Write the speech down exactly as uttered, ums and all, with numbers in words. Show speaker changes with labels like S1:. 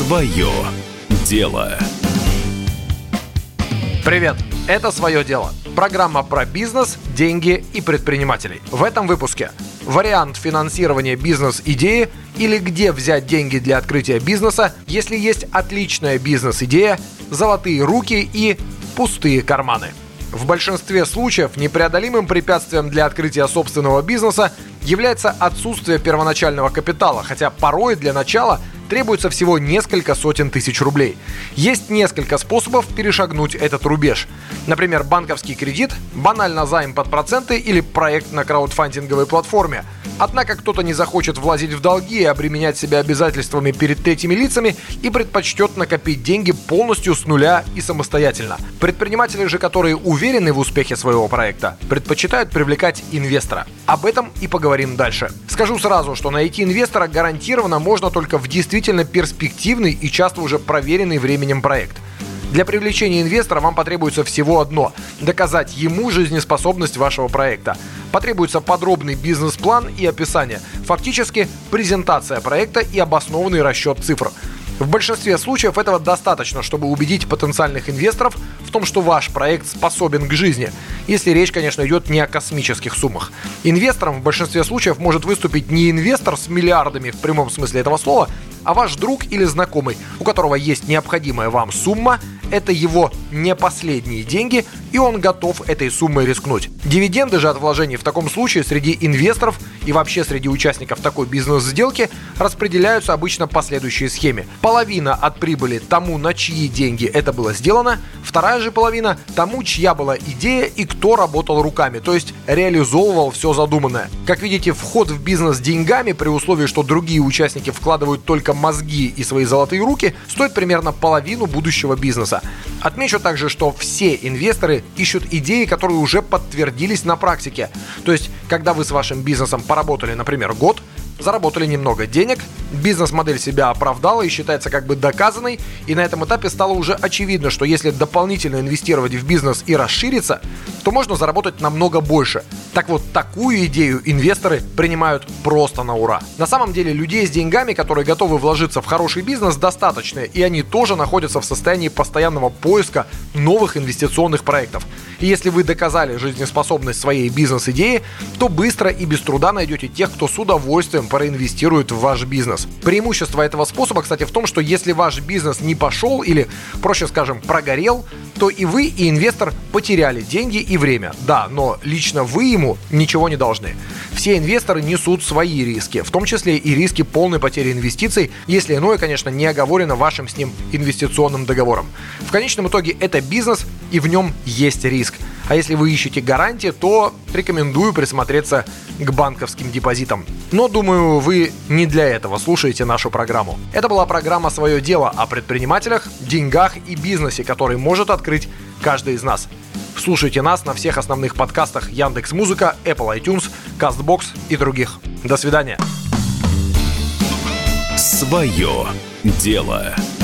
S1: Свое дело.
S2: Привет! Это «Свое дело» – программа про бизнес, деньги и предпринимателей. В этом выпуске вариант финансирования бизнес-идеи или где взять деньги для открытия бизнеса, если есть отличная бизнес-идея, золотые руки и пустые карманы. В большинстве случаев непреодолимым препятствием для открытия собственного бизнеса является отсутствие первоначального капитала, хотя порой для начала требуется всего несколько сотен тысяч рублей. Есть несколько способов перешагнуть этот рубеж. Например, банковский кредит, банально займ под проценты или проект на краудфандинговой платформе. Однако кто-то не захочет влазить в долги и обременять себя обязательствами перед третьими лицами и предпочтет накопить деньги полностью с нуля и самостоятельно. Предприниматели же, которые уверены в успехе своего проекта, предпочитают привлекать инвестора. Об этом и поговорим дальше. Скажу сразу, что найти инвестора гарантированно можно только в действительно перспективный и часто уже проверенный временем проект. Для привлечения инвестора вам потребуется всего одно – доказать ему жизнеспособность вашего проекта. Потребуется подробный бизнес-план и описание, фактически презентация проекта и обоснованный расчет цифр. В большинстве случаев этого достаточно, чтобы убедить потенциальных инвесторов в том, что ваш проект способен к жизни, если речь, конечно, идет не о космических суммах. Инвестором в большинстве случаев может выступить не инвестор с миллиардами в прямом смысле этого слова, а ваш друг или знакомый, у которого есть необходимая вам сумма, это его не последние деньги, и он готов этой суммой рискнуть. Дивиденды же от вложений в таком случае среди инвесторов и вообще среди участников такой бизнес-сделки распределяются обычно по следующей схеме. Половина от прибыли тому, на чьи деньги это было сделано, вторая же половина тому, чья была идея и кто работал руками, то есть реализовывал все задуманное. Как видите, вход в бизнес деньгами, при условии, что другие участники вкладывают только мозги и свои золотые руки, стоит примерно половину будущего бизнеса. Отмечу также, что все инвесторы ищут идеи, которые уже подтвердились на практике. То есть, когда вы с вашим бизнесом поработали, например, год, заработали немного денег, бизнес-модель себя оправдала и считается как бы доказанной, и на этом этапе стало уже очевидно, что если дополнительно инвестировать в бизнес и расшириться, то можно заработать намного больше. Так вот, такую идею инвесторы принимают просто на ура. На самом деле, людей с деньгами, которые готовы вложиться в хороший бизнес, достаточно, и они тоже находятся в состоянии постоянного поиска новых инвестиционных проектов. И если вы доказали жизнеспособность своей бизнес-идеи, то быстро и без труда найдете тех, кто с удовольствием проинвестирует в ваш бизнес. Преимущество этого способа, кстати, в том, что если ваш бизнес не пошел или, проще скажем, прогорел, то и вы, и инвестор потеряли деньги и время. Да, но лично вы ему ничего не должны. Все инвесторы несут свои риски, в том числе и риски полной потери инвестиций, если иное, конечно, не оговорено вашим с ним инвестиционным договором. В конечном итоге это бизнес, и в нем есть риск. А если вы ищете гарантии, то рекомендую присмотреться к банковским депозитам. Но, думаю, вы не для этого слушаете нашу программу. Это была программа «Свое дело» о предпринимателях, деньгах и бизнесе, который может открыть каждый из нас. Слушайте нас на всех основных подкастах Яндекс.Музыка, Apple iTunes, Castbox и других. До свидания.
S1: Свое дело.